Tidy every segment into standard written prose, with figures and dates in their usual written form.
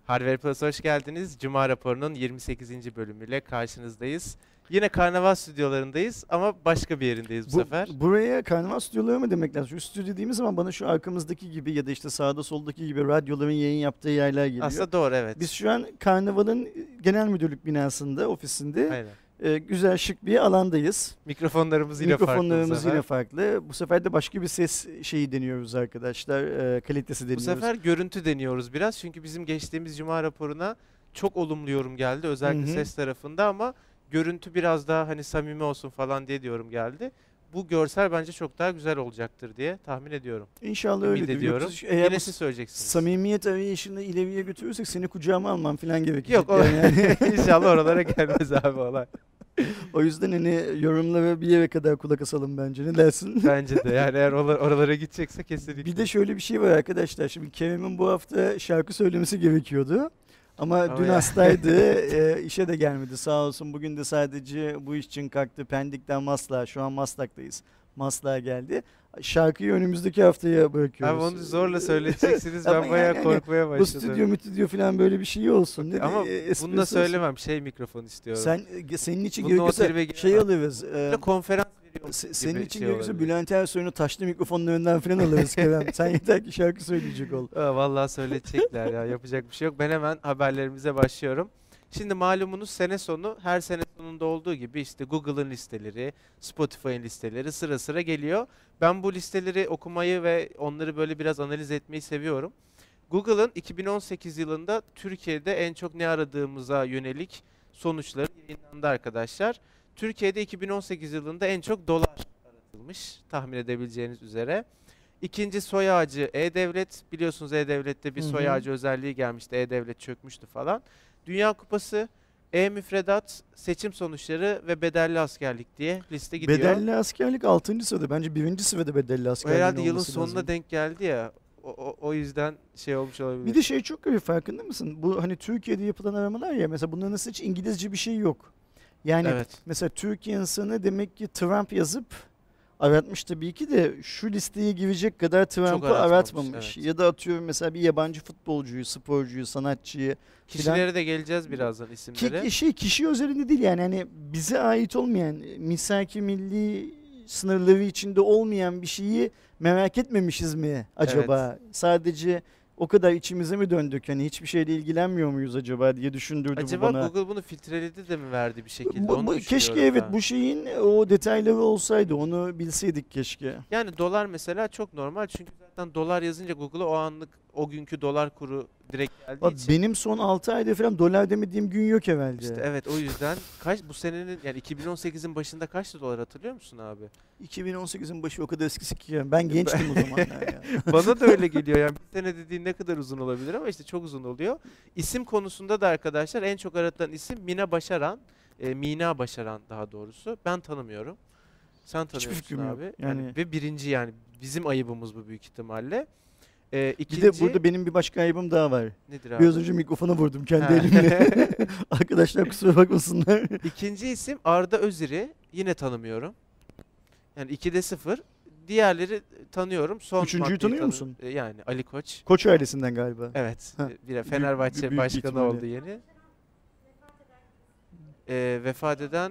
Harvey Plus hoş geldiniz. Cuma raporunun 28. bölümüyle karşınızdayız. Yine Karnaval stüdyolarındayız ama başka bir yerindeyiz bu sefer. Buraya Karnaval stüdyoları mı demek lazım? Şu stüdyo dediğimiz zaman bana şu arkamızdaki gibi ya da işte sağda soldaki gibi radyoların yayın yaptığı yerler geliyor. Aslında doğru, evet. Biz şu an Karnaval'ın genel müdürlük binasında, ofisinde. Aynen. Güzel, şık bir alandayız. Mikrofonlarımız yine farklı. Bu sefer de başka bir ses şeyi deniyoruz arkadaşlar. Kalitesi deniyoruz. Bu sefer görüntü deniyoruz biraz. Çünkü bizim geçtiğimiz Cuma raporuna çok olumlu yorum geldi. Özellikle ses tarafında ama görüntü biraz daha hani samimi olsun falan diye yorum geldi. Bu görsel bence çok daha güzel olacaktır diye tahmin ediyorum. İnşallah öyle ediyorum. Eğer yine siz söyleyeceksiniz. Samimiyet arayışını ileriye götürürsek seni kucağıma almam falan gerekecek. Yok yani. İnşallah oralara gelmez abi olay. O yüzden hani yorumlara bir yere kadar kulak asalım bence. Ne dersin? Bence de yani eğer oralara gidecekse kesinlikle. Bir de şöyle bir şey var arkadaşlar. Şimdi Kerem'in bu hafta şarkı söylemesi gerekiyordu. Ama dün hastaydı. İşe de gelmedi sağ olsun. Bugün de sadece bu iş için kalktı. Pendik'ten Maslak'a. Şu an Maslak'tayız. Maslak'a geldi. Şarkıyı önümüzdeki haftaya bırakıyoruz. Abi onu zorla söyleyeceksiniz. Ben bayağı korkmaya başladım. Bu stüdyo mütüdyo falan böyle bir şey olsun. Ama bunu da söylemem. Mikrofon istiyorum. Senin için gerekirse şey alırız. Konferans senin için gerekirse Bülent Ersoy'un taşlı mikrofonlarından falan alırız Kerem. Sen yeter ki şarkı söyleyecek ol. Vallahi söyleyecekler ya. Yapacak bir şey yok. Ben hemen haberlerimize başlıyorum. Şimdi malumunuz sene sonu her sene sonunda olduğu gibi işte Google'ın listeleri, Spotify'ın listeleri sıra sıra geliyor. Ben bu listeleri okumayı ve onları böyle biraz analiz etmeyi seviyorum. Google'ın 2018 yılında Türkiye'de en çok ne aradığımıza yönelik sonuçları yayınlandı arkadaşlar. Türkiye'de 2018 yılında en çok dolar aratılmış tahmin edebileceğiniz üzere. İkinci soy ağacı E-Devlet. Biliyorsunuz E-Devlet'te bir soy ağacı özelliği gelmişti. E-Devlet çökmüştü falan. Dünya Kupası, E-Müfredat, seçim sonuçları ve bedelli askerlik diye liste gidiyor. Bedelli askerlik 6. sırada. Bence 1. sırada bedelli askerlik. O herhalde yılın sonuna denk geldi ya. O yüzden şey olmuş olabilir. Bir de şey çok garip, farkında mısın? Bu hani Türkiye'de yapılan aramalar ya, mesela bunların nasıl hiç İngilizce bir şey yok. Yani mesela Türkiye insanı demek ki Trump yazıp aratmış tabii ki de şu listeye girecek kadar Trump'ı aratmamış. Evet. Ya da atıyorum mesela bir yabancı futbolcuyu, sporcuyu, sanatçıyı. Kişilere de geleceğiz birazdan isimlere. Kişi özelinde değil yani hani bize ait olmayan, misaki milli sınırları içinde olmayan bir şeyi merak etmemişiz mi acaba? Evet. Sadece o kadar içimize mi döndük? Hani hiçbir şeyle ilgilenmiyor muyuz acaba diye düşündürdü acaba bu bana. Acaba Google bunu filtreledi de mi verdi bir şekilde? Keşke evet bu şeyin o detayları olsaydı, onu bilseydik keşke. Yani dolar mesela çok normal çünkü zaten dolar yazınca Google'a o anlık o günkü dolar kuru direkt geldiği için. Benim son 6 ayda falan dolar demediğim gün yok evvelce. İşte evet, o yüzden bu senenin yani 2018'in başında kaçtı dolar, hatırlıyor musun abi? 2018'in başı o kadar eskisi ki ben gençtim o zamanlar ya. Bana da öyle geliyor yani, bir sene dediğin ne kadar uzun olabilir ama işte çok uzun oluyor. İsim konusunda da arkadaşlar en çok aratılan isim Mina Başaran. Mina Başaran daha doğrusu. Ben tanımıyorum. Sen tanıyor musun abi? Yani ve birinci, yani bizim ayıbımız bu büyük ihtimalle. Bir de burada benim bir başka ayıbım daha var. Nedir abi? Biraz önce mikrofona vurdum kendi elimle. Arkadaşlar kusura bakmasınlar. İkinci isim Arda Özir'i, yine tanımıyorum. Yani 2'de 0. Diğerleri tanıyorum. Üçüncüyü tanıyor musun? Yani Ali Koç. Koç ailesinden galiba. Evet. Bir Fenerbahçe büyük başkanı ihtimalle oldu yeni. Vefat eden...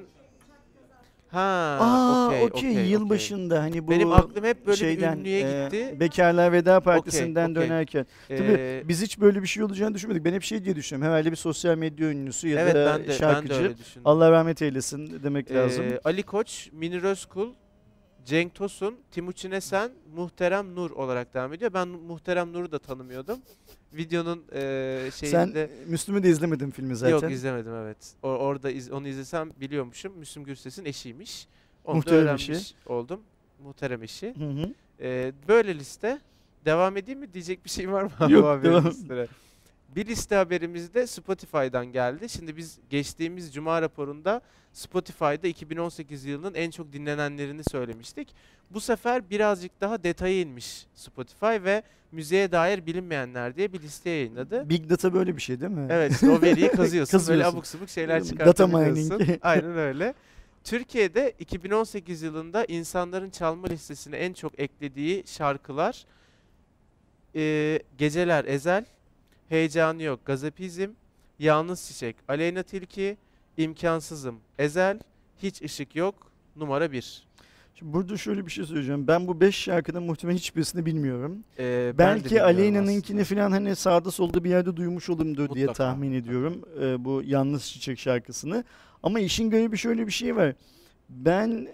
Okey. Yılbaşında hani bu benim aklım hep böyle bir ünlüye gitti. Bekarlar Veda Partisi'nden dönerken. Tabii biz hiç böyle bir şey olacağını düşünmedik. Ben hep şey diye düşünüyorum. Herhalde bir sosyal medya ünlüsü ya da şarkıcı. Ben de Allah rahmet eylesin demek lazım. Ali Koç, Münir Özkul, Cenk Tosun, Timuçin Esen, Muhterem Nur olarak devam ediyor. Ben Muhterem Nur'u da tanımıyordum. Videonun şeyinde... Sen Müslüm'ü de izlemedin filmi zaten. Yok, izlemedim, evet. Orada onu izlesem biliyormuşum. Müslüm Gürses'in eşiymiş. Onu Muhterem da öğrenmiş oldum. Muhterem eşi. Böyle liste. Devam edeyim mi? Diyecek bir şey var mı? Yok, devam. Bir liste haberimiz de Spotify'dan geldi. Şimdi biz geçtiğimiz Cuma raporunda Spotify'da 2018 yılının en çok dinlenenlerini söylemiştik. Bu sefer birazcık daha detaya inmiş Spotify ve müziğe dair bilinmeyenler diye bir liste yayınladı. Big Data böyle bir şey değil mi? Evet, işte o veriyi kazıyorsun. Böyle abuk subuk şeyler çıkartabiliyorsun. Data mining. Aynen öyle. Türkiye'de 2018 yılında insanların çalma listesine en çok eklediği şarkılar Geceler Ezel, Heyecanı Yok, Gazapizm, Yalnız Çiçek, Aleyna Tilki, İmkansızım, Ezel, Hiç Işık Yok, numara 1. Şimdi burada şöyle bir şey söyleyeceğim. Ben bu 5 şarkının muhtemelen hiçbirisini bilmiyorum. Ben de Belki bilmiyorum Aleyna'nınkini aslında. falan hani sağda solda bir yerde duymuş olumdur diye Mutlaka, tahmin mutlaka. ediyorum. Bu Yalnız Çiçek şarkısını. Ama işin garibi şöyle bir şey var. Ben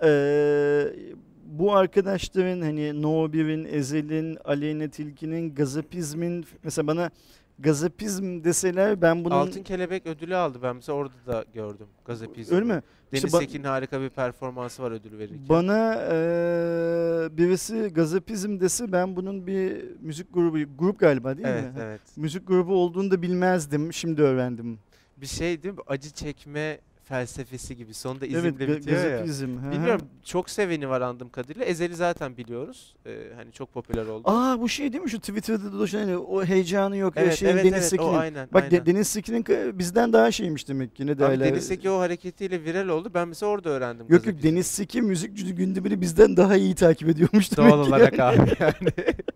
bu arkadaşların hani No 1'in, Ezel'in, Aleyna Tilki'nin, Gazapizm'in mesela bana Gazapizm deseler ben bunun Altın Kelebek ödülü aldı. Ben mesela orada da gördüm öyle Gazapizm'i. mi? İşte Deniz Tekin'in harika bir performansı var ödül verirken. bana birisi Gazapizm dese ben bunun bir müzik grup galiba değil Evet, mi? evet. Müzik grubu olduğunu da bilmezdim. Şimdi öğrendim. Bir şey değil mi? Acı çekme felsefesi gibi. Sonunda Evet, izinle bitiyor ya. Gazapizm. Hı hı. Bilmiyorum, çok seveni var anladığım kadarıyla. Ezel'i zaten biliyoruz. Hani çok popüler oldu. Aa bu şey değil mi şu Twitter'da dolaşan hani o heyecanı yok Evet, şey evet, Deniz evet. O Sekin'in. aynen, Bak aynen. Deniz Sekin'in bizden daha şeymiş demek ki ne Abi derler. Deniz Seki o hareketiyle viral oldu. Ben mesela orada öğrendim Yok yok Gazapizm'i. Deniz Sekin müzik gündemini bizden daha iyi takip ediyormuş demek Doğal ki olarak yani. abi yani.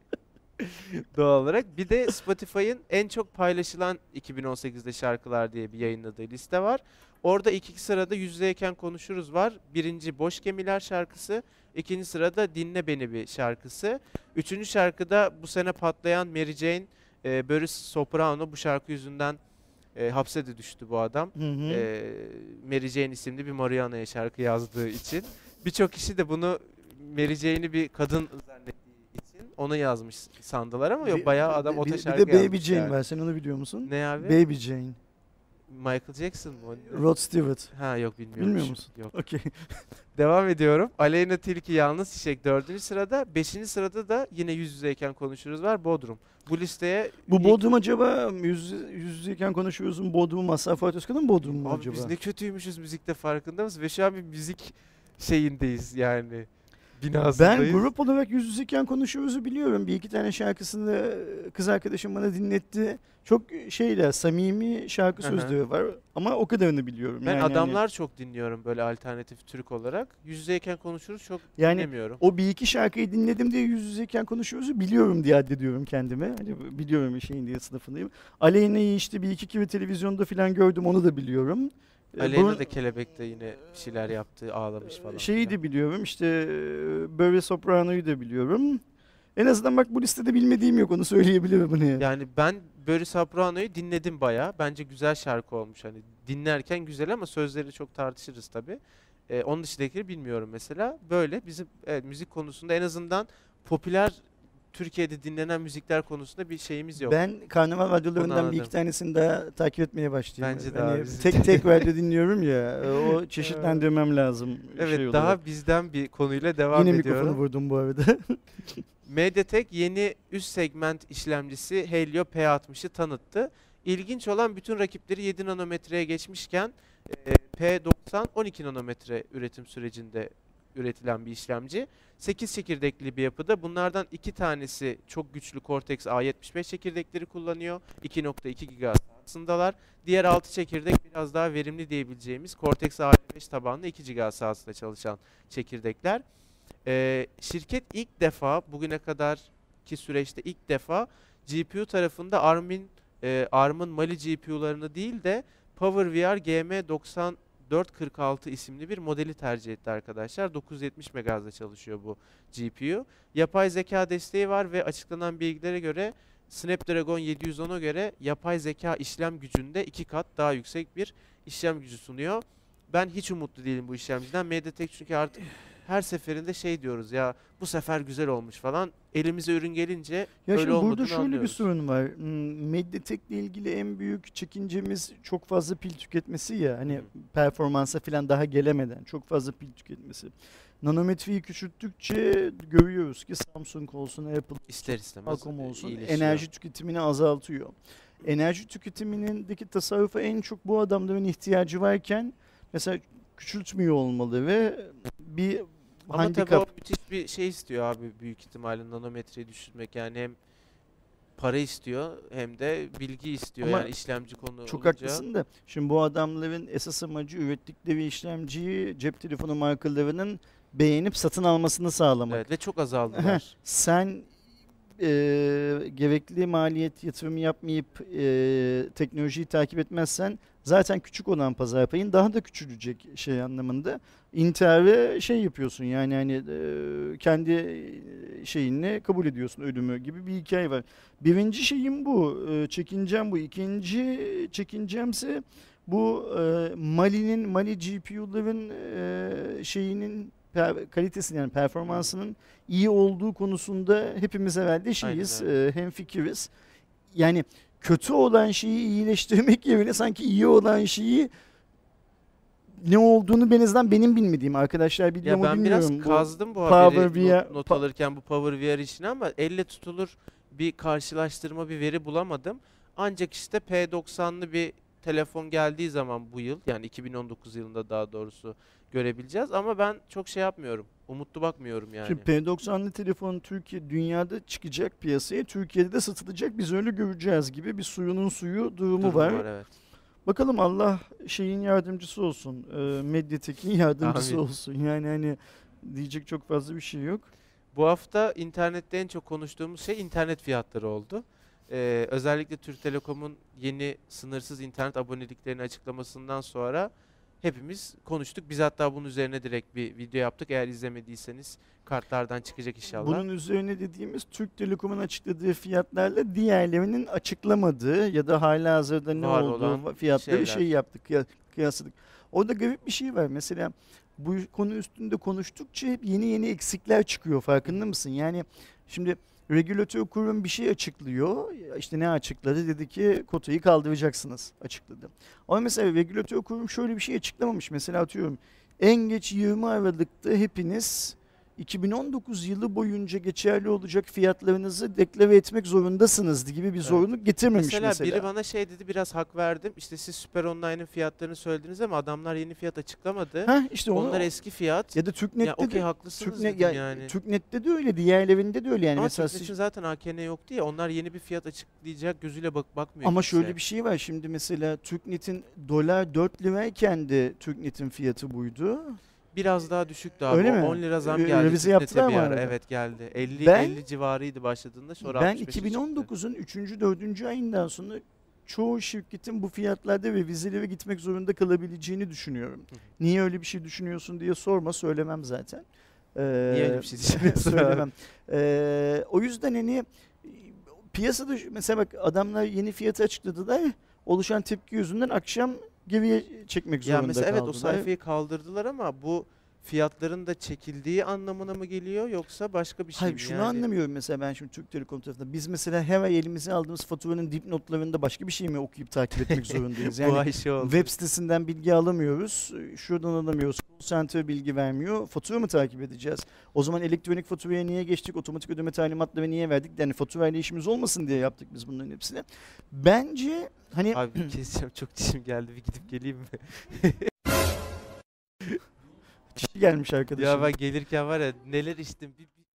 Doğal olarak. Bir de Spotify'ın en çok paylaşılan 2018'de şarkılar diye bir yayınladığı liste var. Orada ilk sırada Yüzdeyken Konuşuruz var. Birinci Boş Gemiler şarkısı. İkinci sırada Dinle Beni Bir şarkısı. Üçüncü şarkıda bu sene patlayan Mary Jane, Boris Soprano. Bu şarkı yüzünden hapse de düştü bu adam. Hı hı. Mary Jane isimli bir Mariana'ya şarkı yazdığı için. Birçok kişi de bunu Mary Jane'i bir kadın zannettiği için onu yazmış sandılar ama yok, bayağı adam ota Bir şarkı de Baby yazmış Jane yani. var. Sen onu biliyor musun? Ne abi? Baby Jane. Michael Jackson mı o? Rod Stewart. Ha yok, bilmiyorum. Bilmiyor musun? Yok. Okey. Devam ediyorum. Aleyna Tilki Yalnız Çiçek 4. sırada. 5. sırada da yine Yüz Yüzeyken Konuşuruz var. Bodrum. Bu listeye Bu ilk- Bodrum acaba yüz yüzeyken konuşuyoruzun Bodrum'u Mazhar Fuat Özkan'ın Bodrum mu Abi acaba? biz ne kötüymüşüz müzikte, farkında mısın? Ve şu an bir müzik şeyindeyiz yani. Binasındayız. Ben grup olarak yüz yüzeyken konuşuyoruzu biliyorum. Bir iki tane şarkısını kız arkadaşım bana dinletti. Çok şeyler, samimi şarkı Hı hı. sözleri var ama o kadarını biliyorum. Ben yani hani adamlar çok dinliyorum böyle alternatif Türk olarak. Yüz yüzeyken konuşuruz çok Yani dinlemiyorum. o bir iki şarkıyı dinledim diye yüz yüzeyken konuşuyoruzu biliyorum diye addediyorum kendime. Hani biliyorum şeyin diye sınıfındayım. Aleyna'yı işte bir iki kere televizyonda falan gördüm, onu da biliyorum. Aleyna Bunun- da Kelebek'te yine bir şeyler yaptı, ağlamış falan. Şeyi filan. de biliyorum işte Barry Soprano'yu da biliyorum. En azından bak bu listede bilmediğim yok, onu söyleyebilirim hani. Yani ben Boris Soprano'yu dinledim bayağı. Bence güzel şarkı olmuş. Hani dinlerken güzel ama sözleri çok tartışırız tabii. Onun dışındakileri bilmiyorum mesela. Böyle bizim müzik konusunda en azından popüler Türkiye'de dinlenen müzikler konusunda bir şeyimiz yok. Ben karnaval Onu radyolarından bir anladım. iki tanesini daha takip etmeye başlayayım. Bence de Hani abi. tek radyo dinliyorum ya, o çeşitlendirmem lazım. Evet, şey daha olarak. bizden bir konuyla devam Yine ediyorum. mikrofonu vurdum bu arada. MediaTek yeni üst segment işlemcisi Helio P60'ı tanıttı. İlginç olan, bütün rakipleri 7 nanometreye geçmişken P90 12 nanometre üretim sürecinde üretilen bir işlemci. 8 çekirdekli bir yapıda. Bunlardan 2 tanesi çok güçlü Cortex A75 çekirdekleri kullanıyor. 2.2 GHz hızındalar. Diğer 6 çekirdek biraz daha verimli diyebileceğimiz Cortex A55 tabanlı 2 GHz hızında çalışan çekirdekler. Şirket ilk defa, bugüne kadarki süreçte ilk defa GPU tarafında ARM'ın Mali GPU'larını değil de PowerVR GM9446 isimli bir modeli tercih etti arkadaşlar. 970 MHz'de çalışıyor bu GPU. Yapay zeka desteği var ve açıklanan bilgilere göre Snapdragon 710'a göre yapay zeka işlem gücünde 2 kat daha yüksek bir işlem gücü sunuyor. Ben hiç umutlu değilim bu işlemciden. MediaTek çünkü artık her seferinde şey diyoruz ya, bu sefer güzel olmuş falan. Elimize ürün gelince Ya öyle şimdi burada olmadığını şöyle bir anlıyoruz. sorun var. Mediatek'le ilgili en büyük çekincemiz çok fazla pil tüketmesi ya. Hani performansa falan daha gelemeden çok fazla pil tüketmesi. Nanometreyi küçülttükçe görüyoruz ki Samsung olsun, Apple, İster istemez Qualcomm olsun iyileşiyor. enerji tüketimini azaltıyor. Enerji tüketimindeki tasarrufa en çok bu adamların ihtiyacı varken mesela küçültmüyor olmalı ve bir Ama tabii handikap. o müthiş bir şey istiyor abi, büyük ihtimalle nanometreyi düşürmek. Yani hem para istiyor hem de bilgi istiyor, Ama yani işlemci konu Çok olunca. haklısın da şimdi bu adamların esas amacı ürettikleri işlemciyi cep telefonu markalarının beğenip satın almasını sağlamak. Evet, ve çok azaldılar. Sen gerekli maliyet yatırımı yapmayıp teknolojiyi takip etmezsen zaten küçük olan pazar payın daha da küçülecek şey anlamında. İntiharı şey yapıyorsun yani hani kendi şeyini kabul ediyorsun ölümü gibi bir hikaye var. Birinci şeyim bu. Çekincem bu. İkinci çekincemse bu Mali GPU'ların şeyinin kalitesinin yani performansının iyi olduğu konusunda hepimiz herhalde şeyiz, hemfikiriz. Yani kötü olan şeyi iyileştirmek yerine sanki iyi olan şeyi ne olduğunu en azından benim bilmediğim arkadaşlar biliyor mu bilmiyorum. Ya ben biraz kazdım bu haberi VR, not alırken bu Power VR işini ama elle tutulur bir karşılaştırma bir veri bulamadım. Ancak işte P90'lı bir telefon geldiği zaman bu yıl yani 2019 yılında daha doğrusu görebileceğiz ama ben çok şey yapmıyorum. Umutlu bakmıyorum yani. Şimdi P90'lı telefon dünyada çıkacak piyasaya, Türkiye'de de satılacak. Biz öyle göreceğiz gibi bir suyunun suyu durumu var. Evet. Bakalım Allah şeyin yardımcısı olsun. Mediatek'in yardımcısı Amin. olsun. Yani hani diyecek çok fazla bir şey yok. Bu hafta internette en çok konuştuğumuz şey internet fiyatları oldu. Özellikle Türk Telekom'un yeni sınırsız internet aboneliklerini açıklamasından sonra hepimiz konuştuk. Biz hatta bunun üzerine direkt bir video yaptık. Eğer izlemediyseniz kartlardan çıkacak inşallah. Bunun üzerine dediğimiz Türk Telekom'un açıkladığı fiyatlarla diğerlerinin açıklamadığı ya da halihazırda ne Var olduğu olan fiyatları şeyler. yaptık, kıyasladık. Orada garip bir şey var. Mesela bu konu üstünde konuştukça hep yeni yeni eksikler çıkıyor. Farkında mısın? Yani şimdi regülatör kurum bir şey açıklıyor. İşte ne açıkladı? Dedi ki kotayı kaldıracaksınız açıkladı. Ama mesela regülatör kurum şöyle bir şey açıklamamış. Mesela atıyorum en geç 20 Aralık'ta hepiniz 2019 yılı boyunca geçerli olacak fiyatlarınızı deklare etmek zorundasınız gibi bir zorunluluk getirmemiş mesela. Biri bana şey dedi, biraz hak verdim. İşte siz Süper Online'ın fiyatlarını söylediniz ama adamlar yeni fiyat açıklamadı. İşte onlar eski fiyat. Ya da TürkNet'te ya okey, haklısınız dedim yani. TürkNet'te de öyle, diğerlerinde de öyle yani. Ama mesela TürkNet'in zaten AKN yoktu ya. Onlar yeni bir fiyat açıklayacak gözüyle bakmıyor ama kimse. şöyle bir şey var şimdi mesela TürkNet'in dolar 4 lirayken de TürkNet'in fiyatı buydu. Biraz daha düşüktü abi. Öyle mi? 10 lira zam geldi Revize TürkNet'e yaptılar bir mı ara. arada? Evet geldi. 50 Ben- 50 civarıydı başladığında, sonra Ben 65'e çıktı. 2019'un 3. 4. ayından sonra çoğu şirketin bu fiyatlarda ve vizelere gitmek zorunda kalabileceğini düşünüyorum. Hı hı. Niye öyle bir şey düşünüyorsun diye sorma, söylemem zaten. Niye öyle bir şey düşünüyorsun abi? Söylemem. O yüzden hani piyasada mesela bak adamlar yeni fiyatı açıkladılar. Oluşan tepki yüzünden akşam geriye çekmek Ya zorunda mesela evet, o kaldılar. sayfayı kaldırdılar ama bu fiyatların da çekildiği anlamına mı geliyor yoksa başka bir şey Hayır, mi? şunu Yani anlamıyorum mesela ben şimdi Türk Telekom tarafında. Biz mesela her ay elimize aldığımız faturanın dipnotlarında başka bir şey mi okuyup takip etmek zorundayız? bu Yani ay şey oldu. web sitesinden bilgi alamıyoruz. Şuradan alamıyoruz. Call center bilgi vermiyor. Fatura mı takip edeceğiz? O zaman elektronik faturaya niye geçtik? Otomatik ödeme talimatları niye verdik? Yani faturayla işimiz olmasın diye yaptık biz bunların hepsini. Bence hani Abi keseceğim, çok dişim geldi, bir gidip geleyim mi? kişi gelmiş arkadaşım. Ya ben gelirken var ya neler içtim.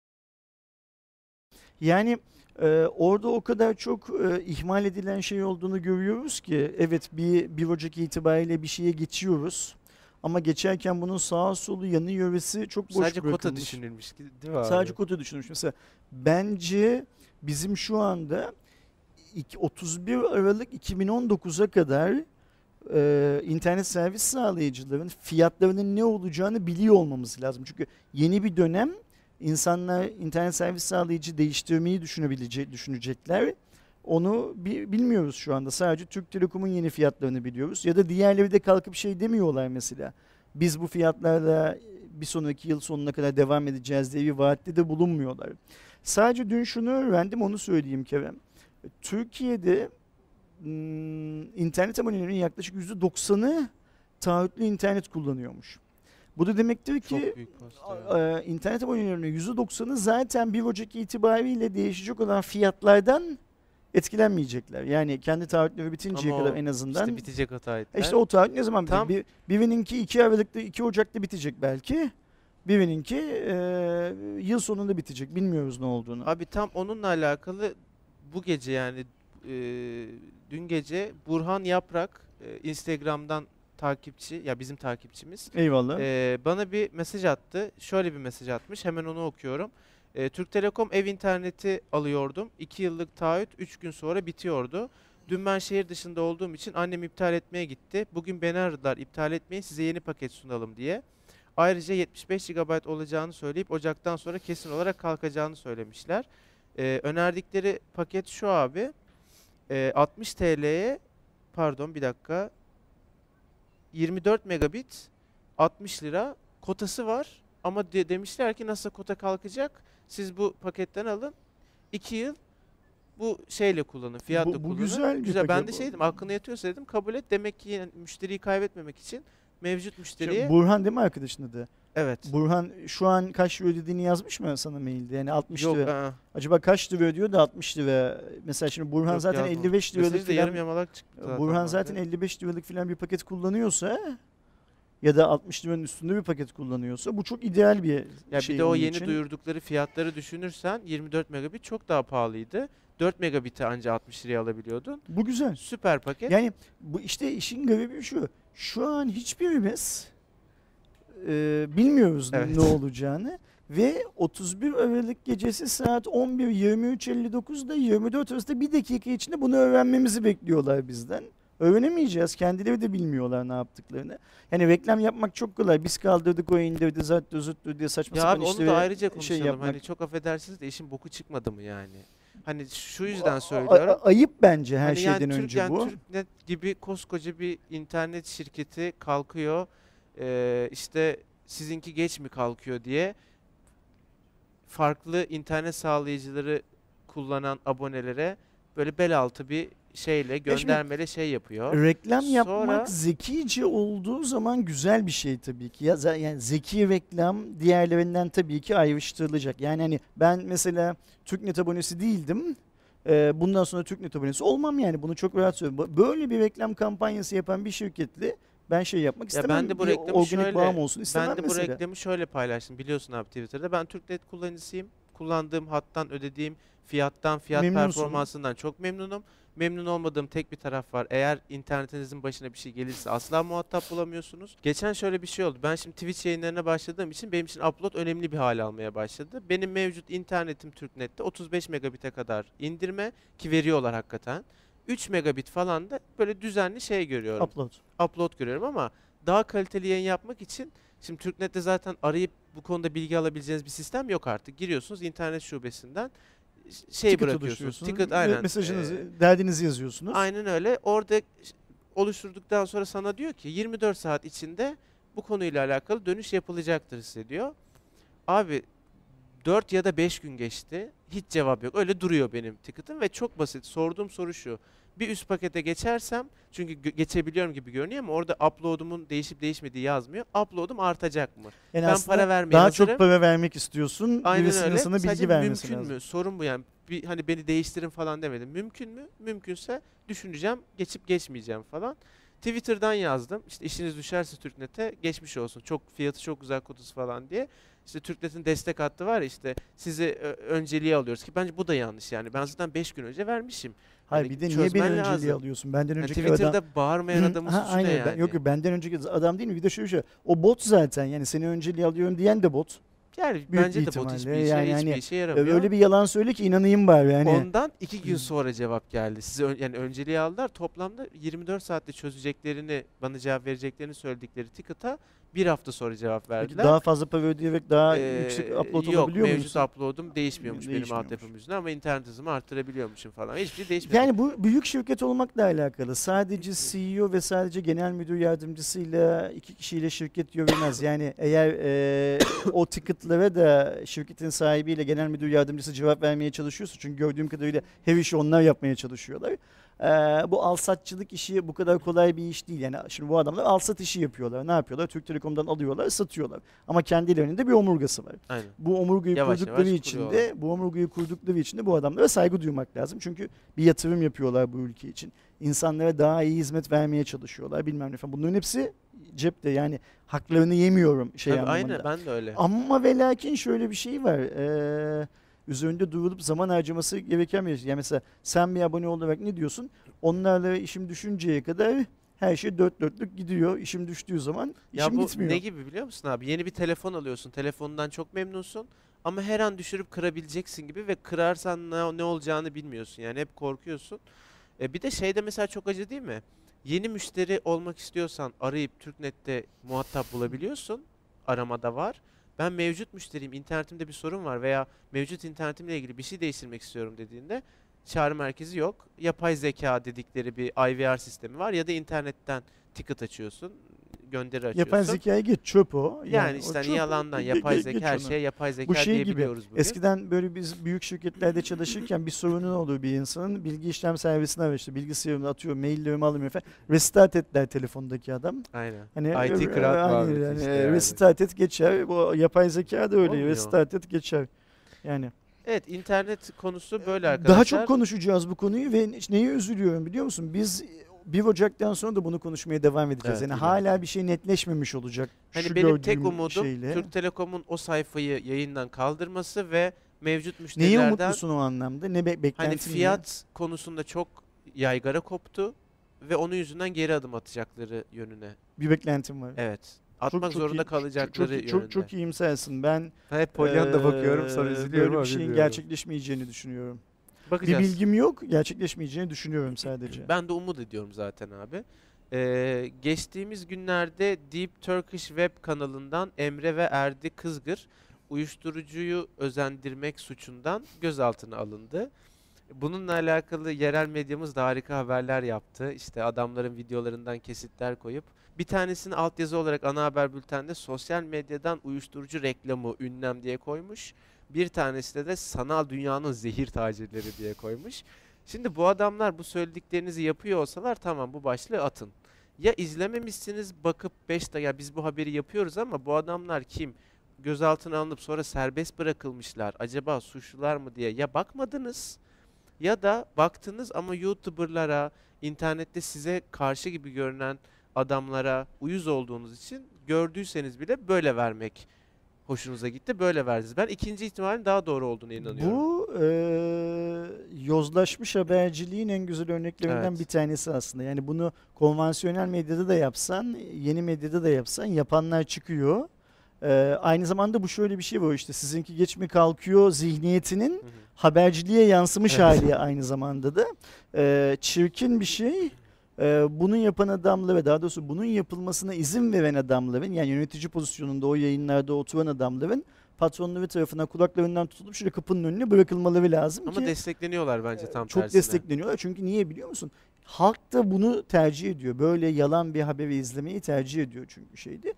Yani orada o kadar çok ihmal edilen şey olduğunu görüyoruz ki evet 1 Ocak itibariyle bir şeye geçiyoruz. Ama geçerken bunun sağa solu yanı yöresi çok boş Sadece kota bırakılmış. düşünülmüş değil mi abi? Sadece kota düşünülmüş. Mesela bence bizim şu anda 31 Aralık 2019'a kadar internet servis sağlayıcıların fiyatlarının ne olacağını biliyor olmamız lazım. Çünkü yeni bir dönem, insanlar internet servis sağlayıcı değiştirmeyi düşünecekler. Onu bilmiyoruz şu anda. Sadece Türk Telekom'un yeni fiyatlarını biliyoruz. Ya da diğerleri de kalkıp şey demiyorlar mesela. Biz bu fiyatlarla bir sonraki yıl sonuna kadar devam edeceğiz diye bir vaatte de bulunmuyorlar. Sadece dün şunu öğrendim, onu söyleyeyim Kerem. Türkiye'de internet abonelerinin yaklaşık %90'ı taahhütlü internet kullanıyormuş. Bu da demektir ki Çok büyük pasta ya. internet abonelerinin %90'ı zaten 1 Ocak itibariyle değişecek olan fiyatlardan etkilenmeyecekler. Yani kendi taahhütleri bitinceye Ama kadar o en azından. İşte bitecek o taahhütler. İşte o taahhüt ne zaman Tam- bitecek? Birininki 2 Aralık'ta 2 Ocak'ta bitecek belki. Birininki yıl sonunda bitecek. Bilmiyoruz ne olduğunu. Abi tam onunla alakalı bu gece yani dün gece Burhan Yaprak, Instagram'dan takipçi, ya bizim takipçimiz, Eyvallah. bana bir mesaj attı. Şöyle bir mesaj atmış. Hemen onu okuyorum. Türk Telekom ev interneti alıyordum. 2 yıllık taahhüt 3 gün sonra bitiyordu. Dün ben şehir dışında olduğum için annem iptal etmeye gitti. Bugün beni aradılar, iptal etmeyin, size yeni paket sunalım diye. Ayrıca 75 GB olacağını söyleyip Ocak'tan sonra kesin olarak kalkacağını söylemişler. Önerdikleri paket şu abi. 60 TL'ye, pardon bir dakika, 24 megabit 60 lira kotası var. Ama demişler ki nasıl kota kalkacak? Siz bu paketten alın. 2 yıl bu şeyle kullanın, fiyatla Bu kullanın. güzel bir Güzel. Ben de paket. şey dedim, aklına yatıyorsa dedim kabul et. Demek ki yani müşteriyi kaybetmemek için mevcut müşteriye. Burhan değil mi arkadaşın adı? Evet. Burhan şu an kaç lira ödediğini yazmış mı sana mailde? Yani 60 Yok. lira. Acaba kaç lira ödüyor da 60 lira? Mesela şimdi Burhan Yok, zaten yazmadım. 55 liralık Mesajda yarım falan, yamalak çıktı zaten Burhan bende. zaten 55 liralık falan bir paket kullanıyorsa ya da 60 liranın üstünde bir paket kullanıyorsa bu çok ideal bir Ya şey bir de o onun yeni için. duyurdukları fiyatları düşünürsen 24 megabit çok daha pahalıydı. 4 megabit'i anca 60 liraya alabiliyordun. Bu güzel. Süper paket. Yani bu işte işin garibi şu. Şu an hiçbirimiz bilmiyoruz Evet. ne olacağını ve 31 Aralık gecesi saat 11:23:59'da 24 arasında bir dakika içinde bunu öğrenmemizi bekliyorlar bizden. Öğrenemeyeceğiz. Kendileri de bilmiyorlar ne yaptıklarını. Yani reklam yapmak çok kolay. Biz kaldırdık, o indirdi, zattı zuttu diye saçma Ya sapan abi onu işleri da ayrıca konuşalım. yapmak. Hani çok affedersiniz de işin boku çıkmadı mı yani? Hani şu yüzden söylüyorum. Ayıp bence her Hani yani şeyden önce bu. Türknet gibi koskoca bir internet şirketi kalkıyor. İşte sizinki geç mi kalkıyor diye farklı internet sağlayıcıları kullanan abonelere böyle bel altı bir şeyle göndermeli şey yapıyor. Reklam Sonra- yapmak zekice olduğu zaman güzel bir şey tabii ki. Yani zeki reklam diğerlerinden tabii ki ayrıştırılacak. Yani hani ben mesela Türknet abonesi değildim. Bundan sonra Türknet abonesi olmam yani. Bunu çok rahat söylüyorum. Böyle bir reklam kampanyası yapan bir şirketle ben şey yapmak Ya istemem. ben de bu Bir reklamı organik şöyle, bağım olsun istemem ben de bu mesela. reklamı şöyle paylaştım. Biliyorsun abi Twitter'da. Ben Türknet kullanıcısıyım. Kullandığım hattan ödediğim fiyattan, fiyat Memnunsun. performansından çok memnunum. Memnun olmadığım tek bir taraf var. Eğer internetinizin başına bir şey gelirse asla muhatap bulamıyorsunuz. Geçen şöyle bir şey oldu. Ben şimdi Twitch yayınlarına başladığım için benim için upload önemli bir hale almaya başladı. Benim mevcut internetim Türknet'te 35 megabit'e kadar indirme ki veriyorlar hakikaten. 3 megabit falan da böyle düzenli şey görüyorum. Upload görüyorum ama daha kaliteli yayın yapmak için şimdi Türknet'te zaten arayıp bu konuda bilgi alabileceğiniz bir sistem yok artık. Giriyorsunuz internet şubesinden şey Ticket bırakıyorsunuz. oluşturuyorsunuz. Ticket aynen. Mesajınızı, derdinizi yazıyorsunuz. Aynen öyle. Orada oluşturduktan sonra sana diyor ki 24 saat içinde bu konuyla alakalı dönüş yapılacaktır size diyor. Abi 4 ya da 5 gün geçti. Hiç cevap yok. Öyle duruyor benim ticket'ım ve çok basit. Sorduğum soru şu. Bir üst pakete geçersem çünkü geçebiliyorum gibi görünüyor ama orada upload'umun değişip değişmediği yazmıyor. Upload'um artacak mı? Yani Ben aslında para vermeye daha hazırım. çok para vermek istiyorsun. Aynen Birisinin öyle. sana bilgi Sadece vermesi mümkün lazım. mü? Sorun bu yani. Bir, hani beni değiştirin falan demedim. Mümkün mü? Mümkünse düşüneceğim. Geçip geçmeyeceğim falan. Twitter'dan yazdım. İşte işiniz düşerse Türknet'e geçmiş olsun. Çok fiyatı çok güzel kutusu falan diye. İşte Türknet'in destek hattı var ya işte sizi önceliğe alıyoruz ki bence bu da yanlış yani. Ben zaten 5 gün önce vermişim. Hayır Hani bir de niye beni çözmen önceliğe lazım. alıyorsun? Benden Yani önceki Twitter'da adam... bağırmayan adamın suçu ne aynen. yani? Yok benden önceki adam değil mi? Bir de şöyle şey. O bot zaten yani seni önceliğe alıyorum diyen de bot. Yani Büyük bence bir de bot ihtimalle. hiçbir işe, Yani hiçbir hani işe yaramıyor. Öyle bir yalan söyle ki inanayım bari yani. Ondan 2 gün sonra cevap geldi. Size yani önceliği aldılar. Toplamda 24 saatte çözeceklerini, bana cevap vereceklerini söyledikleri ticket'a bir hafta sonra cevap Peki verdiler. daha fazla para ödeyerek daha yüksek upload Yok, olabiliyor mevcut muyuz? upload'um değişmiyormuş benim Değişmiyormuş. altyapım yüzünden ama internet hızımı arttırabiliyormuşum falan. Hiçbir şey değişmedi. Yani bu büyük şirket olmakla alakalı. Sadece CEO ve sadece genel müdür yardımcısıyla 2 kişiyle şirket yürümez. Yani eğer o ticket'lara da şirketin sahibiyle genel müdür yardımcısı cevap vermeye çalışıyorsa çünkü gördüğüm kadarıyla her işi onlar yapmaya çalışıyorlar. Bu alsatçılık işi bu kadar kolay bir iş değil. Yani şimdi bu adamlar alsat işi yapıyorlar. Ne yapıyorlar? Türk Telekom'dan alıyorlar, satıyorlar. Ama kendilerinin de bir omurgası var. Aynen. Bu omurgayı Yavaş kurdukları yavaş için kuruyorlar. de bu adamlara saygı duymak lazım. Çünkü bir yatırım yapıyorlar bu ülke için. İnsanlara daha iyi hizmet vermeye çalışıyorlar. Bilmem ne falan. Bunların hepsi cepte. Yani haklarını yemiyorum şey Tabii, anlamında. aynen ben de öyle. Ama ve lakin şöyle bir şey var. Üzerinde durulup zaman harcaması gereken bir şey. Yani mesela sen bir abone olarak ne diyorsun? Onlarla işim düşünceye kadar her şey dört dörtlük gidiyor. İşim düştüğü zaman Ya işim bu gitmiyor. ne gibi biliyor musun abi? Yeni bir telefon alıyorsun. Telefonundan çok memnunsun. ama her an düşürüp kırabileceksin gibi ve kırarsan ne olacağını bilmiyorsun. Yani hep korkuyorsun. Bir de şeyde mesela çok acı değil mi? Yeni müşteri olmak istiyorsan arayıp TürkNet'te muhatap bulabiliyorsun. Aramada var. Ben mevcut müşteriyim, internetimde bir sorun var veya mevcut internetimle ilgili bir şey değiştirmek istiyorum dediğinde çağrı merkezi yok. Yapay zeka dedikleri bir IVR sistemi var ya da internetten ticket açıyorsun, gönderi açıyorsun. Yapay zekaya geç, çöp o. Yani işte hani yalandan yapay zeka, her şeye yapay zeka Bu şey gibi, diyebiliyoruz bugün. eskiden böyle biz büyük şirketlerde çalışırken bir sorunun olduğu bir insanın bilgi işlem servisine var, işte bilgisayarını atıyor, maillerimi alamıyor falan. Restart et der telefondaki adam. Aynen. Hani IT kral muhabbeti yani, işte yani. restart et geçer. Bu yapay zeka da öyle. Olmuyor. Restart et geçer. Yani Evet, internet konusu böyle arkadaşlar. daha çok konuşacağız bu konuyu ve neye üzülüyorum biliyor musun? Biz 1 Ocak'tan sonra da bunu konuşmaya devam edeceğiz. Evet, Yani ileride. hala bir şey netleşmemiş olacak. Hani Şu benim tek gördüğüm umudum şeyle. Türk Telekom'un o sayfayı yayından kaldırması ve mevcut Neye müşterilerden umutlusun o anlamda? Ne beklentin hani ne? fiyat konusunda çok yaygara koptu ve onun yüzünden geri adım atacakları yönüne. Bir beklentim var. Evet. Atmak zorunda kalacakları yönünde. Çok iyimsersin. Ben Hep Polyan'da bakıyorum sonra üzülüyorum böyle ama bir şeyin bilmiyorum. gerçekleşmeyeceğini düşünüyorum. Bakacağız. Bir bilgim yok, gerçekleşmeyeceğini düşünüyorum sadece. Ben de umut ediyorum zaten abi. Geçtiğimiz günlerde Deep Turkish Web kanalından Emre ve Erdi Kızgır uyuşturucuyu özendirmek suçundan gözaltına alındı. Bununla alakalı yerel medyamız da harika haberler yaptı. İşte adamların videolarından kesitler koyup bir tanesini altyazı olarak ana haber bültende sosyal medyadan uyuşturucu reklamı ünlem diye koymuş. Bir tanesi de sanal dünyanın zehir tacirleri diye koymuş. Şimdi bu adamlar bu söylediklerinizi yapıyor olsalar tamam, bu başlığı atın. Ya izlememişsiniz, bakıp 5 dakika ya biz bu haberi yapıyoruz ama bu adamlar kim? Gözaltına alınıp sonra serbest bırakılmışlar. Acaba suçlular mı diye ya bakmadınız ya da baktınız ama YouTuber'lara, internette size karşı gibi görünen adamlara uyuz olduğunuz için gördüyseniz bile böyle vermek hoşunuza gitti. Böyle verdiniz. Ben ikinci ihtimalin daha doğru olduğunu inanıyorum. Bu yozlaşmış haberciliğin en güzel örneklerinden Evet. bir tanesi aslında. Yani bunu konvansiyonel medyada da yapsan, yeni medyada da yapsan yapanlar çıkıyor. Aynı zamanda bu şöyle bir şey var, işte sizinki geç mi kalkıyor zihniyetinin Hı hı. haberciliğe yansımış Evet. hali aynı zamanda da. Çirkin bir şey. Bunun yapan adamla ve daha doğrusu bunun yapılmasına izin veren adamların, yani yönetici pozisyonunda o yayınlarda oturan adamların patronları tarafından kulaklarından tutulup şöyle kapının önüne bırakılmaları lazım Ama ki destekleniyorlar bence tam çok tersine. destekleniyorlar. Çünkü niye biliyor musun? Halk da bunu tercih ediyor. Böyle yalan bir haberi izlemeyi tercih ediyor çünkü şeydi.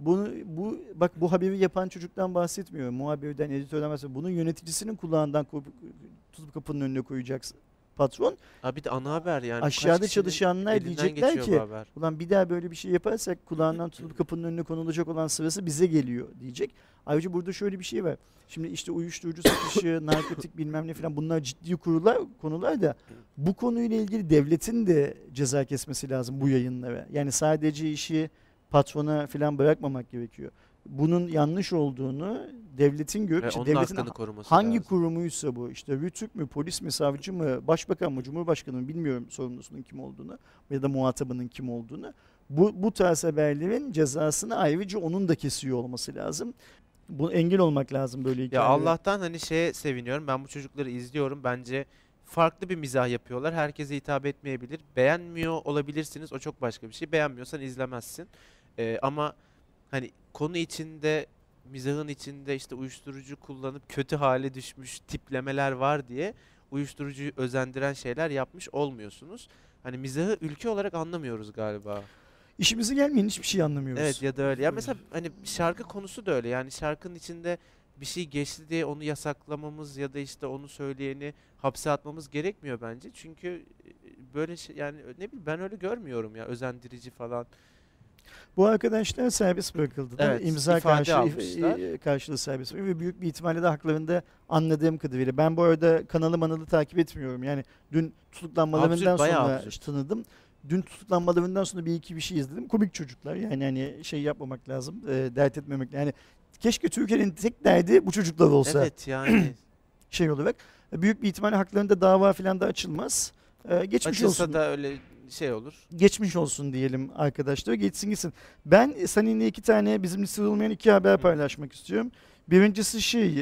Bak bu haberi yapan çocuktan bahsetmiyorum. Muhabirden, editörden bahsetmiyorum. Bunun yöneticisinin kulağından tutup kapının önüne koyacaksın patron. Abi bir de ana haber yani. Kaç Aşağıda kişinin çalışanlar elinden diyecekler geçiyor ki bu haber. ulan bir daha böyle bir şey yaparsak kulağından tutulup kapının önüne konulacak olan sırası bize geliyor diyecek. Ayrıca burada şöyle bir şey var. Şimdi işte uyuşturucu satışı, narkotik bilmem ne falan, bunlar ciddi konular da bu konuyla ilgili devletin de ceza kesmesi lazım bu yayınlara. Yani sadece işi patrona falan bırakmamak gerekiyor. Bunun yanlış olduğunu devletin görüp, Ve işte onun devletin hakkını koruması hangi lazım. kurumuysa bu, işte Rütük mü, polis mi, savcı mı, başbakan mı, cumhurbaşkanı mı, bilmiyorum sorumlusunun kim olduğunu ya da muhatabının kim olduğunu. Bu tarz haberlerin cezasını ayrıca onun da kesiyor olması lazım. Bu engel olmak lazım böyle Ya hikayelere. Allah'tan hani şeye seviniyorum. Ben bu çocukları izliyorum. Bence farklı bir mizah yapıyorlar. Herkese hitap etmeyebilir. Beğenmiyor olabilirsiniz. O çok başka bir şey. Beğenmiyorsan izlemezsin. Ama hani konu içinde, mizahın içinde işte uyuşturucu kullanıp kötü hale düşmüş tiplemeler var diye uyuşturucuyu özendiren şeyler yapmış olmuyorsunuz. Hani mizahı ülke olarak anlamıyoruz galiba. İşimize gelmeyen hiçbir şey anlamıyoruz. Evet ya da öyle. Ya mesela hani şarkı konusu da öyle. Yani şarkının içinde bir şey geçti diye onu yasaklamamız ya da işte onu söyleyeni hapse atmamız gerekmiyor bence. Çünkü böyle şey, yani ne bileyim, ben öyle görmüyorum ya, özendirici falan. Bu arkadaşlar serbest bırakıldılar. Evet, İmza ifade almışlar. karşılığı serbest bırakıldı ve büyük bir ihtimalle de haklarında, anladığım kadarıyla. Ben bu arada kanalı takip etmiyorum. Yani dün tutuklanmalarından Absürt, bayağı sonra absürt. tanıdım. Dün tutuklanmalarından sonra bir iki bir şey izledim. Komik çocuklar. Yani hani şey yapmamak lazım. Dert etmemek. Yani keşke Türkiye'nin tek derdi bu çocuklar olsa. Evet yani Şey olarak. Büyük bir ihtimalle haklarında dava falan da açılmaz. Geçmiş açılsa olsun. da öyle şey olur. Geçmiş olsun diyelim arkadaşlar. Geçsin gitsin. Ben seninle iki tane bizim listede olmayan iki haber paylaşmak istiyorum. Birincisi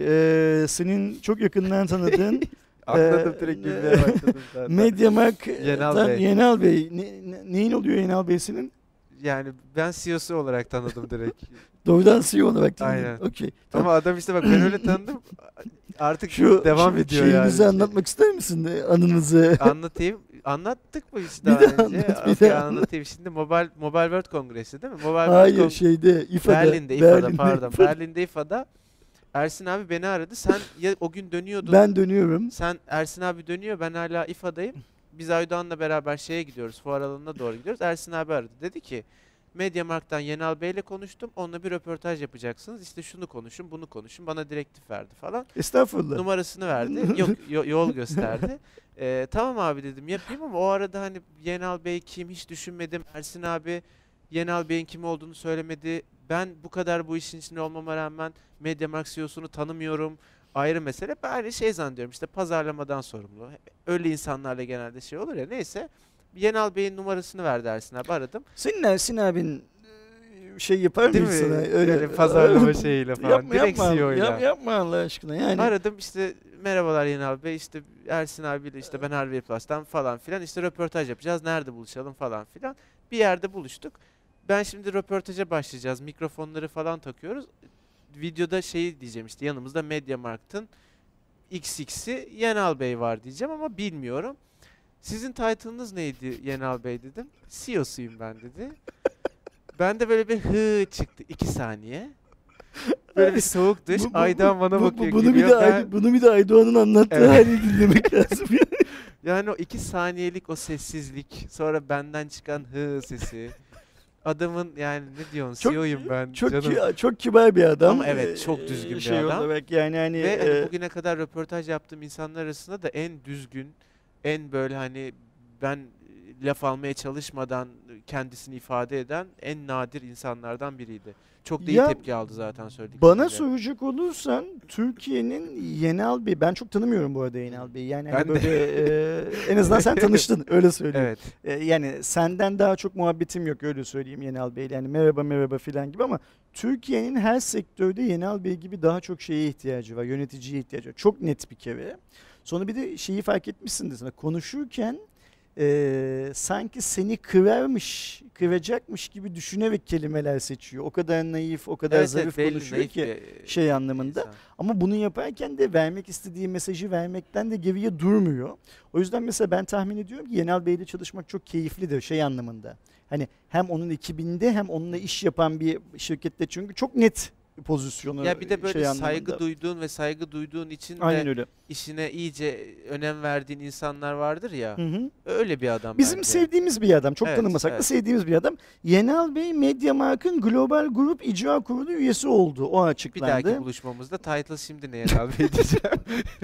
senin çok yakından tanıdığın Anladım, direkt gülmeye başladım zaten. MediaMarkt'tan Yenal Bey. Neyin oluyor Yenal Bey senin? Yani ben CEO'su olarak tanıdım direkt. Doğrudan CEO olarak tanıdım. Aynen. Okay, tamam. Ama adam işte bak, ben öyle tanıdım. Artık devam ediyor yani. Şeyinizi anlatmak ister misin? Anınızı. Anlatayım. Anlattık mı hiç Bir daha de önce? anlat, bir de anlatayım. Şimdi Mobile World Kongresi değil mi? Hayır, İFA'da. Berlin'de İFA'da. Ersin abi beni aradı. Sen ya o gün dönüyordun. Ben dönüyorum. Ersin abi dönüyor. Ben hala İFA'dayım. Biz Aydoğan'la beraber şeye gidiyoruz. Fuar alanına doğru gidiyoruz. Ersin abi aradı. Dedi ki MediaMarkt'tan Yenal Bey'le konuştum. Onunla bir röportaj yapacaksınız. İşte şunu konuşun, bunu konuşun. Bana direktif verdi falan. Estağfurullah. Numarasını verdi. Yok, yol gösterdi. Tamam abi dedim, yapayım, ama o arada hani Yenal Bey kim hiç düşünmedim. Ersin abi Yenal Bey'in kim olduğunu söylemedi. Ben bu kadar bu işin içinde olmama rağmen MediaMarkt CEO'sunu tanımıyorum. Ayrı mesele. Ben hani zannediyorum işte pazarlamadan sorumlu. Öyle insanlarla genelde şey olur ya. Neyse. Yenal Bey'in numarasını verdi Ersin abi, aradım. Senin Ersin abin yapar mı sana? Öyle pazarlama şeyiyle falan. Direkt CEO'yla. Yapma Allah aşkına yani. Aradım işte, merhabalar Yenal Bey, işte Ersin abiyle işte ben Harvey Plus'tan falan filan, işte röportaj yapacağız, nerede buluşalım falan filan. Bir yerde buluştuk. Ben şimdi röportaja başlayacağız, mikrofonları falan takıyoruz. Videoda diyeceğim, işte yanımızda MediaMarkt'ın XX'i Yenal Bey var diyeceğim ama bilmiyorum. Sizin title'ınız neydi Yenal Bey dedim. CEO'suyum ben dedi. Ben de böyle bir çıktı 2 saniye. Böyle bir soğuk dış. Aydoğan bana bakıyor. Bunu bir de Aydoğan'ın anlattığı haliyle dinlemek lazım. Yani o 2 saniyelik o sessizlik. Sonra benden çıkan sesi. Adamın yani ne diyorsun? CEO'yum ben. Çok kibar bir adam. Ama evet, çok düzgün bir adam. Olarak yani ve hani bugüne kadar röportaj yaptığım insanlar arasında da en düzgün, en böyle hani ben laf almaya çalışmadan kendisini ifade eden en nadir insanlardan biriydi. Çok da iyi tepki aldı zaten söylediklerinde. Bana soracak olursan Türkiye'nin Yenal Bey, ben çok tanımıyorum bu arada Yenal Bey'i. Yani hani böyle en azından sen tanıştın, öyle söyleyeyim. Evet. Yani senden daha çok muhabbetim yok, öyle söyleyeyim Yenal Bey'le. Yani merhaba filan gibi, ama Türkiye'nin her sektörde Yenal Bey gibi daha çok şeye ihtiyacı var, yöneticiye ihtiyacı var. Çok net bir kere. Sonra bir de şeyi fark etmişsindir sana, konuşurken sanki seni kıracakmış gibi düşünerek kelimeler seçiyor. O kadar naif, o kadar zarif konuşuyor ki anlamında. İnsan. Ama bunu yaparken de vermek istediği mesajı vermekten de geriye durmuyor. O yüzden mesela ben tahmin ediyorum ki Yenal Bey'le çalışmak çok keyiflidir anlamında. Hani hem onun ekibinde hem onunla iş yapan bir şirkette, çünkü çok net pozisyonu. Ya bir de böyle anlamında. saygı duyduğun için Aynen de öyle. işine iyice önem verdiğin insanlar vardır ya. Hı. Öyle bir adam bizim bence. sevdiğimiz bir adam. Çok tanımasak da sevdiğimiz bir adam. Yenal Bey MediaMarkt'ın Global Grup İcra Kurulu üyesi oldu. O açıklandı. Bir dahaki buluşmamızda title şimdi ne Yenal Bey diyeceğim.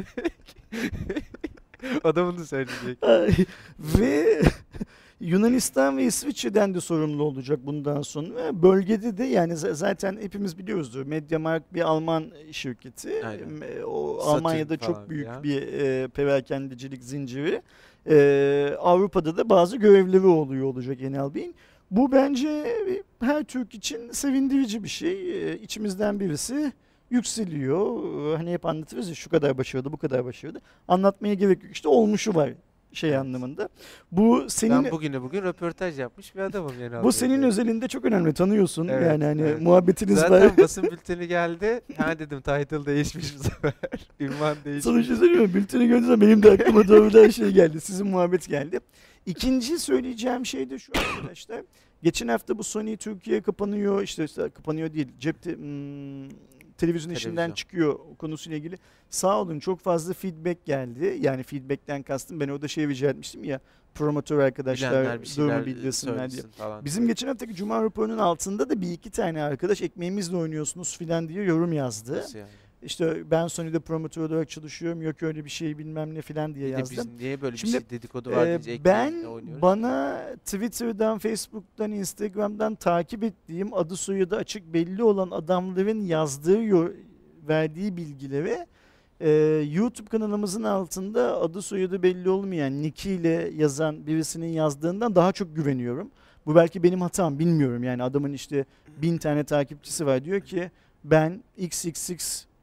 O da bunu söyleyecek. Ve Yunanistan ve İsviçre'den de sorumlu olacak bundan sonra. Bölgede de yani zaten hepimiz biliyoruzdur. MediaMarkt bir Alman şirketi. O Almanya'da çok büyük bir perakendecilik zinciri. Avrupa'da da bazı görevleri olacak Yenal Bey'in. Bu bence her Türk için sevindirici bir şey. İçimizden birisi yükseliyor. Hani hep anlatırız ya, şu kadar başarılı, bu kadar başarılı. Anlatmaya gerek yok. İşte olmuşu var anlamında. Bu senin, ben bugün röportaj yapmış bir adamım yani. Bu senin özelinde çok önemli, tanıyorsun. Evet, yani hani muhabbetiniz zaten var. Zaten basın bülteni geldi. Dedim title değişmiş bu sefer. Ünvan değişmiş. Sana şey söylüyorum. Bülteni gördüğünde benim de aklıma doğrudan geldi. Sizin muhabbet geldi. İkinci söyleyeceğim şey de şu arkadaşlar. Geçen hafta bu Sony Türkiye kapanıyor. İşte kapanıyor değil. Televizyon işinden çıkıyor konusuyla ilgili. Sağ olun, çok fazla feedback geldi. Yani feedbackten kastım, ben orada rica etmiştim ya, promotör arkadaşlar durumu bildirsinler diye. Bizim geçen haftaki Cuma raporunun altında da bir iki tane arkadaş ekmeğimizle oynuyorsunuz filan diye yorum yazdı. Nasıl yani? İşte ben Sony'de promotör olarak çalışıyorum, yok öyle bir şey bilmem ne filan diye yazdım. Biz niye böyle bir şey dedikodu var diyecek. Bana Twitter'dan, Facebook'tan, Instagram'dan takip ettiğim, adı soyadı açık belli olan adamların verdiği bilgileri YouTube kanalımızın altında adı soyadı belli olmayan, nickiyle yazan birisinin yazdığından daha çok güveniyorum. Bu belki benim hatam, bilmiyorum. Yani adamın işte 1000 tane takipçisi var, diyor ki ben XXX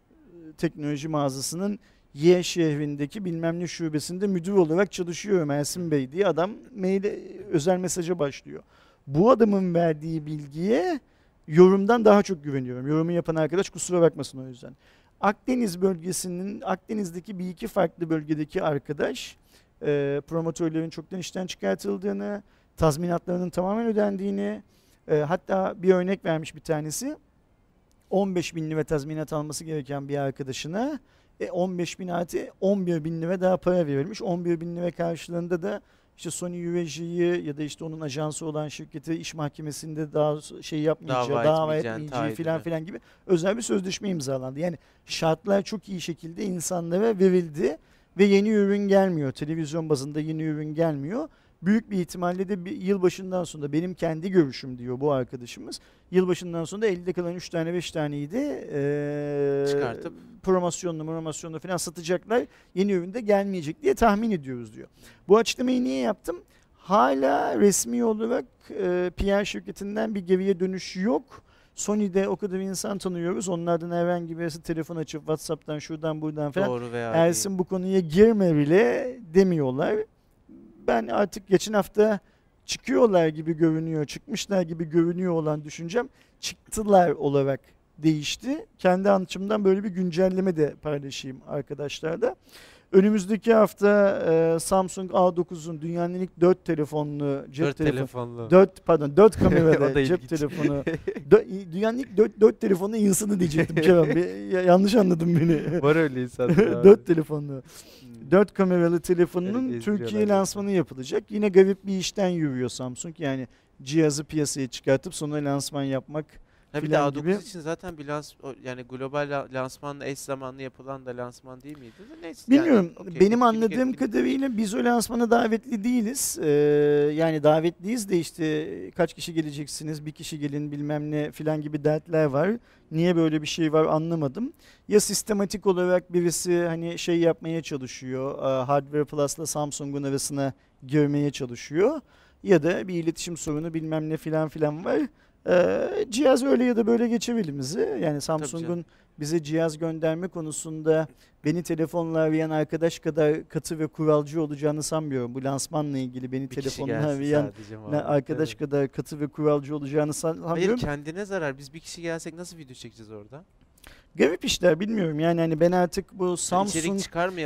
teknoloji mağazasının Y şehrindeki bilmem ne şubesinde müdür olarak çalışıyor Ersin Bey diye adam özel mesaja başlıyor. Bu adamın verdiği bilgiye yorumdan daha çok güveniyorum. Yorumu yapan arkadaş kusura bakmasın o yüzden. Akdeniz'deki bir iki farklı bölgedeki arkadaş promotörlerin çoktan işten çıkartıldığını, tazminatlarının tamamen ödendiğini, hatta bir örnek vermiş bir tanesi. 15 bin lira tazminat alması gereken bir arkadaşına 15 bin artı 11 bin lira daha para verilmiş. 11 bin lira karşılığında da işte Sony USG'yi ya da işte onun ajansı olan şirketi iş mahkemesinde daha şey yapmayacağı, dava etmeyeceği filan filan gibi özel bir sözleşme imzalandı. Yani şartlar çok iyi şekilde insanlara verildi ve yeni ürün gelmiyor. Televizyon bazında yeni ürün gelmiyor. Büyük bir ihtimalle de yılbaşından sonra benim kendi görüşüm diyor bu arkadaşımız. Yılbaşından sonra elde kalan 3 tane 5 taneyi de çıkartıp promosyonlu falan satacaklar. Yeni ürün de gelmeyecek diye tahmin ediyoruz diyor. Bu açıklamayı niye yaptım? Hala resmi olarak PR şirketinden bir geriye dönüş yok. Sony'de o kadar insan tanıyoruz. Onlardan herhangi birisi telefon açıp WhatsApp'tan şuradan buradan falan doğru veya Ersin değil, bu konuya girme bile demiyorlar. Ben artık geçen hafta çıkıyorlar gibi görünüyor, çıkmışlar gibi görünüyor olan düşüncem çıktılar olarak değişti. Kendi anlatımdan böyle bir güncelleme de paylaşayım arkadaşlarla. Önümüzdeki hafta Samsung A9'un dünyanın ilk 4 telefonlu cep telefonu 4 kameralı cep telefonu dünyanın ilk 4 telefonlu insanı diyecektim Kerem. Yanlış anladın beni. Var öyle insanlar. 4 telefonlu. 4 kameralı telefonunun Türkiye lansmanı yapılacak. Yine garip bir işten yürüyor Samsung. Yani cihazı piyasaya çıkartıp sonra lansman yapmak bir de A9 gibi. için zaten bir yani global lansmanla eş zamanlı yapılan da lansman değil miydi? Neyse, bilmiyorum. yani, okay, benim anladığım kadarıyla biz o lansmana davetli değiliz. Yani davetliyiz de işte kaç kişi geleceksiniz, bir kişi gelin bilmem ne filan gibi dertler var. Niye böyle bir şey var anlamadım. Ya sistematik olarak birisi hani şey yapmaya çalışıyor. Hardware Plus'la Samsung'un arasına girmeye çalışıyor. Ya da bir iletişim sorunu bilmem ne filan filan var. Cihaz öyle ya da böyle geçer elimize. Yani Samsung'un bize cihaz gönderme konusunda beni telefonla arayan arkadaş kadar katı ve kuralcı olacağını sanmıyorum. Bu lansmanla ilgili beni telefonla arayan arkadaş kadar katı ve kuralcı olacağını sanmıyorum. Hayır, kendine zarar. Biz bir kişi gelsek nasıl video çekeceğiz orada? Garip işler, bilmiyorum yani hani ben artık bu Samsung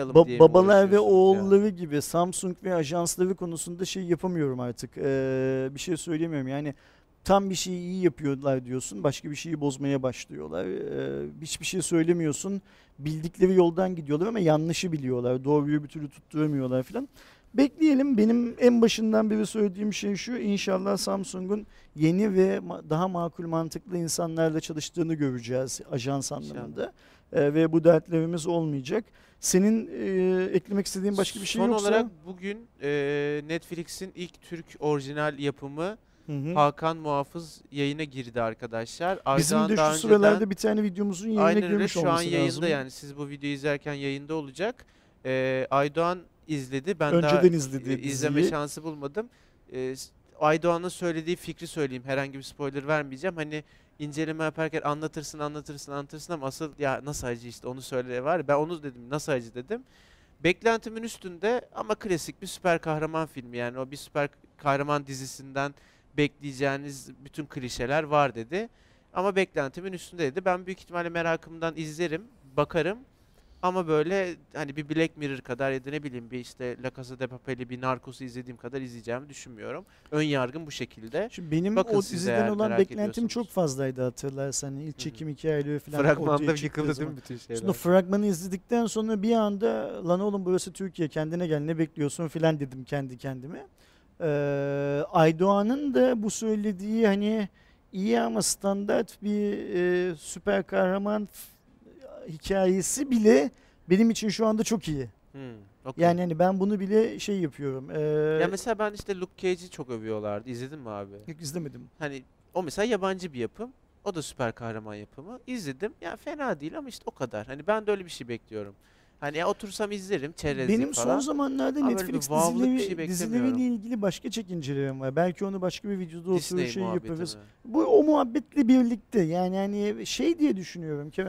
babalar ve oğulları gibi Samsung ve ajansları konusunda şey yapamıyorum artık. Bir şey söylemiyorum yani. Tam bir şeyi iyi yapıyorlar diyorsun, başka bir şeyi bozmaya başlıyorlar. Hiçbir şey söylemiyorsun, bildikleri yoldan gidiyorlar ama yanlışı biliyorlar, doğruyu bir türlü tutturamıyorlar falan. Bekleyelim. Benim en başından beri söylediğim şey şu: İnşallah Samsung'un yeni ve daha makul mantıklı insanlarla çalıştığını göreceğiz ajans anlamında. Ve bu dertlerimiz olmayacak. Senin eklemek istediğin başka bir şey yoksa? Son olarak bugün Netflix'in ilk Türk orijinal yapımı Hakan Muhafız yayına girdi arkadaşlar. Bizim de şu sıralarda bir tane videomuzun yayına girmiş olması lazım. Şu an yayında, yani siz bu videoyu izlerken yayında olacak. Aydoğan izledi. Ben önceden izleme şansı bulmadım. Aydoğan'ın söylediği fikri söyleyeyim. Herhangi bir spoiler vermeyeceğim. Hani inceleme yaparken anlatırsın ama asıl ya nasıl acı işte onu söyle var. Ben onu dedim, nasıl acı dedim. Beklentimin üstünde ama klasik bir süper kahraman filmi. Yani o bir süper kahraman dizisinden bekleyeceğiniz bütün klişeler var dedi. Ama beklentimin üstünde dedi. Ben büyük ihtimalle merakımdan izlerim, bakarım. Ama böyle hani bir Black Mirror kadar ya da ne bileyim bir işte La Casa de Papel'i, bir Narcos'u izlediğim kadar izleyeceğimi düşünmüyorum. Ön yargım bu şekilde. Şimdi benim bakın, o diziden olan beklentim çok fazlaydı, hatırlarsan. İlk çekim hikayeleri falan. Fragmanda yıkıldı değil mi bütün şeyler? Sonra fragmanı izledikten sonra bir anda lan oğlum burası Türkiye, kendine gel, ne bekliyorsun filan dedim kendi kendime. Aydoğan'ın da bu söylediği hani iyi ama standart bir süper kahraman hikayesi bile benim için şu anda çok iyi. Okay. Yani hani ben bunu bile şey yapıyorum. Ya mesela ben işte Luke Cage'i çok övüyorlardı. İzledin mi abi? Yok, izlemedim. Hani o mesela yabancı bir yapım. O da süper kahraman yapımı. İzledim. Ya fena değil ama işte o kadar. Hani ben de öyle bir şey bekliyorum. Hani ya otursam izlerim çerezlik benim falan. Benim son zamanlarda ama Netflix dizileriyle ilgili başka çekincelerim var. Belki onu başka bir videoda oturup şey yaparız. Bu o muhabbetle birlikte yani hani şey diye düşünüyorum Kerem.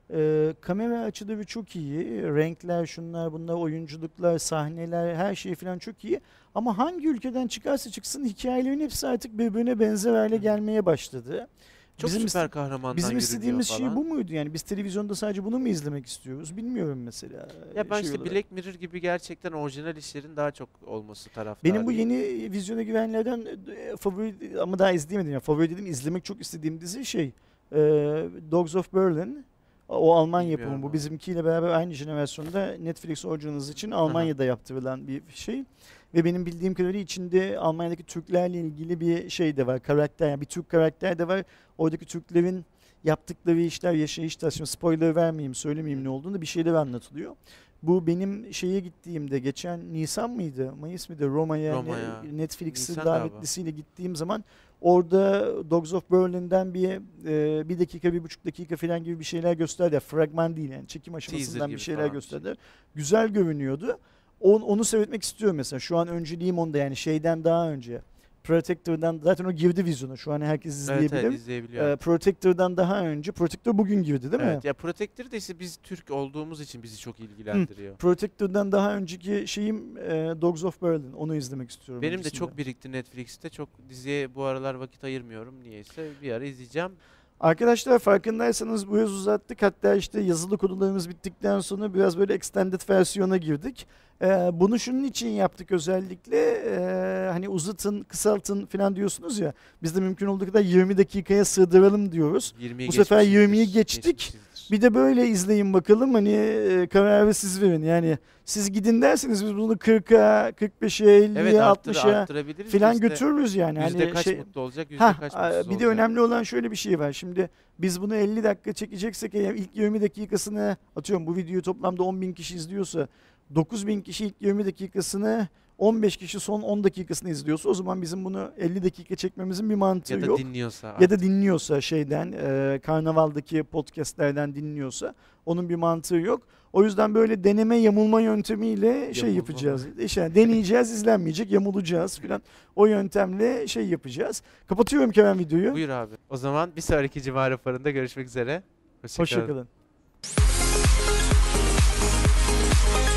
Kamera açıları çok iyi. Renkler, şunlar, bunlar, oyunculuklar, sahneler, her şey falan çok iyi. Ama hangi ülkeden çıkarsa çıksın hikayelerin hepsi artık birbirine benzer hale gelmeye başladı. Çok süper kahramandan Bizim yürünüyor istediğimiz şey falan. bu muydu? Yani biz televizyonda sadece bunu mu izlemek istiyoruz? Bilmiyorum mesela. Ya ben şey işte olarak. Black Mirror gibi gerçekten orijinal işlerin daha çok olması taraftarıyım. Benim bu yeni vizyona girenlerden favori, ama daha izleyemedim. Yani favori dediğim, izlemek çok istediğim dizi e, Dogs of Berlin. O Alman yapımı. Bilmiyorum Bu abi. bizimkiyle beraber aynı jenerasyonda Netflix orijinaliniz için Almanya'da yaptırılan bir şey. Ve benim bildiğim kadarıyla içinde Almanya'daki Türklerle ilgili bir şey de var. Karakter, yani bir Türk karakter de var. Oradaki Türklerin yaptıkları işler, yaşayış tarzı. Şimdi spoiler vermeyeyim, söylemeyeyim ne olduğunu, bir şeyler anlatılıyor. Bu benim şeye gittiğimde, geçen Nisan mıydı, Mayıs mıydı, Roma'ya Netflix'in Nisan davetlisiyle gittiğim zaman orada Dogs of Berlin'den bir dakika, 1,5 dakika falan gibi bir şeyler gösterdi. Fragman değil yani, çekim aşamasından bir şeyler gösterdi. Güzel görünüyordu. Onu seyretmek istiyorum mesela. Şu an önceliğim onda, yani şeyden daha önce. Protector'dan zaten o girdi vizyona. Şu an herkes izleyebilir. Evet, izleyebiliyor. Protector'dan daha önce. Protector bugün girdi değil mi? Evet, ya Protector da işte biz Türk olduğumuz için bizi çok ilgilendiriyor. Protector'dan daha önceki şeyim Dogs of Berlin. Onu izlemek istiyorum. Benim de öncesinde. çok birikti Netflix'te. Çok diziye bu aralar vakit ayırmıyorum niyeyse. Bir ara izleyeceğim. Arkadaşlar farkındaysanız bu yaz uzattık. Hatta işte yazılı konularımız bittikten sonra biraz böyle extended versiyona girdik. Bunu şunun için yaptık özellikle. Hani uzatın, kısaltın falan diyorsunuz ya. Biz de mümkün olduğu kadar 20 dakikaya sığdıralım diyoruz. Bu sefer 20'yi geçtik. Bir de böyle izleyin bakalım, hani kararı siz verin. Yani siz gidin derseniz biz bunu 40'a, 45'e, 50'ye, Evet, 60'a falan işte götürürüz yani. yüzde Hani kaç mutlu olacak, yüzde kaç mutsuz olacak. Bir de önemli olan şöyle bir şey var. Şimdi biz bunu 50 dakika çekeceksek eğer, ilk 20 dakikasını, atıyorum bu videoyu toplamda 10.000 kişi izliyorsa, 9.000 kişi ilk 20 dakikasını, 15 kişi son 10 dakikasını izliyorsa, o zaman bizim bunu 50 dakika çekmemizin bir mantığı ya da yok. dinliyorsa. Ya da dinliyorsa şeyden, Karnaval'daki podcastlerden dinliyorsa, onun bir mantığı yok. O yüzden böyle deneme yamulma yöntemiyle şey yapacağız. İşte deneyeceğiz, izlenmeyecek, yamulacağız filan. O yöntemle şey yapacağız. Kapatıyorum Kerem videoyu. Buyur abi. O zaman bir sonraki Cuma raporunda görüşmek üzere. Hoşça kalın. Hoşça kalın.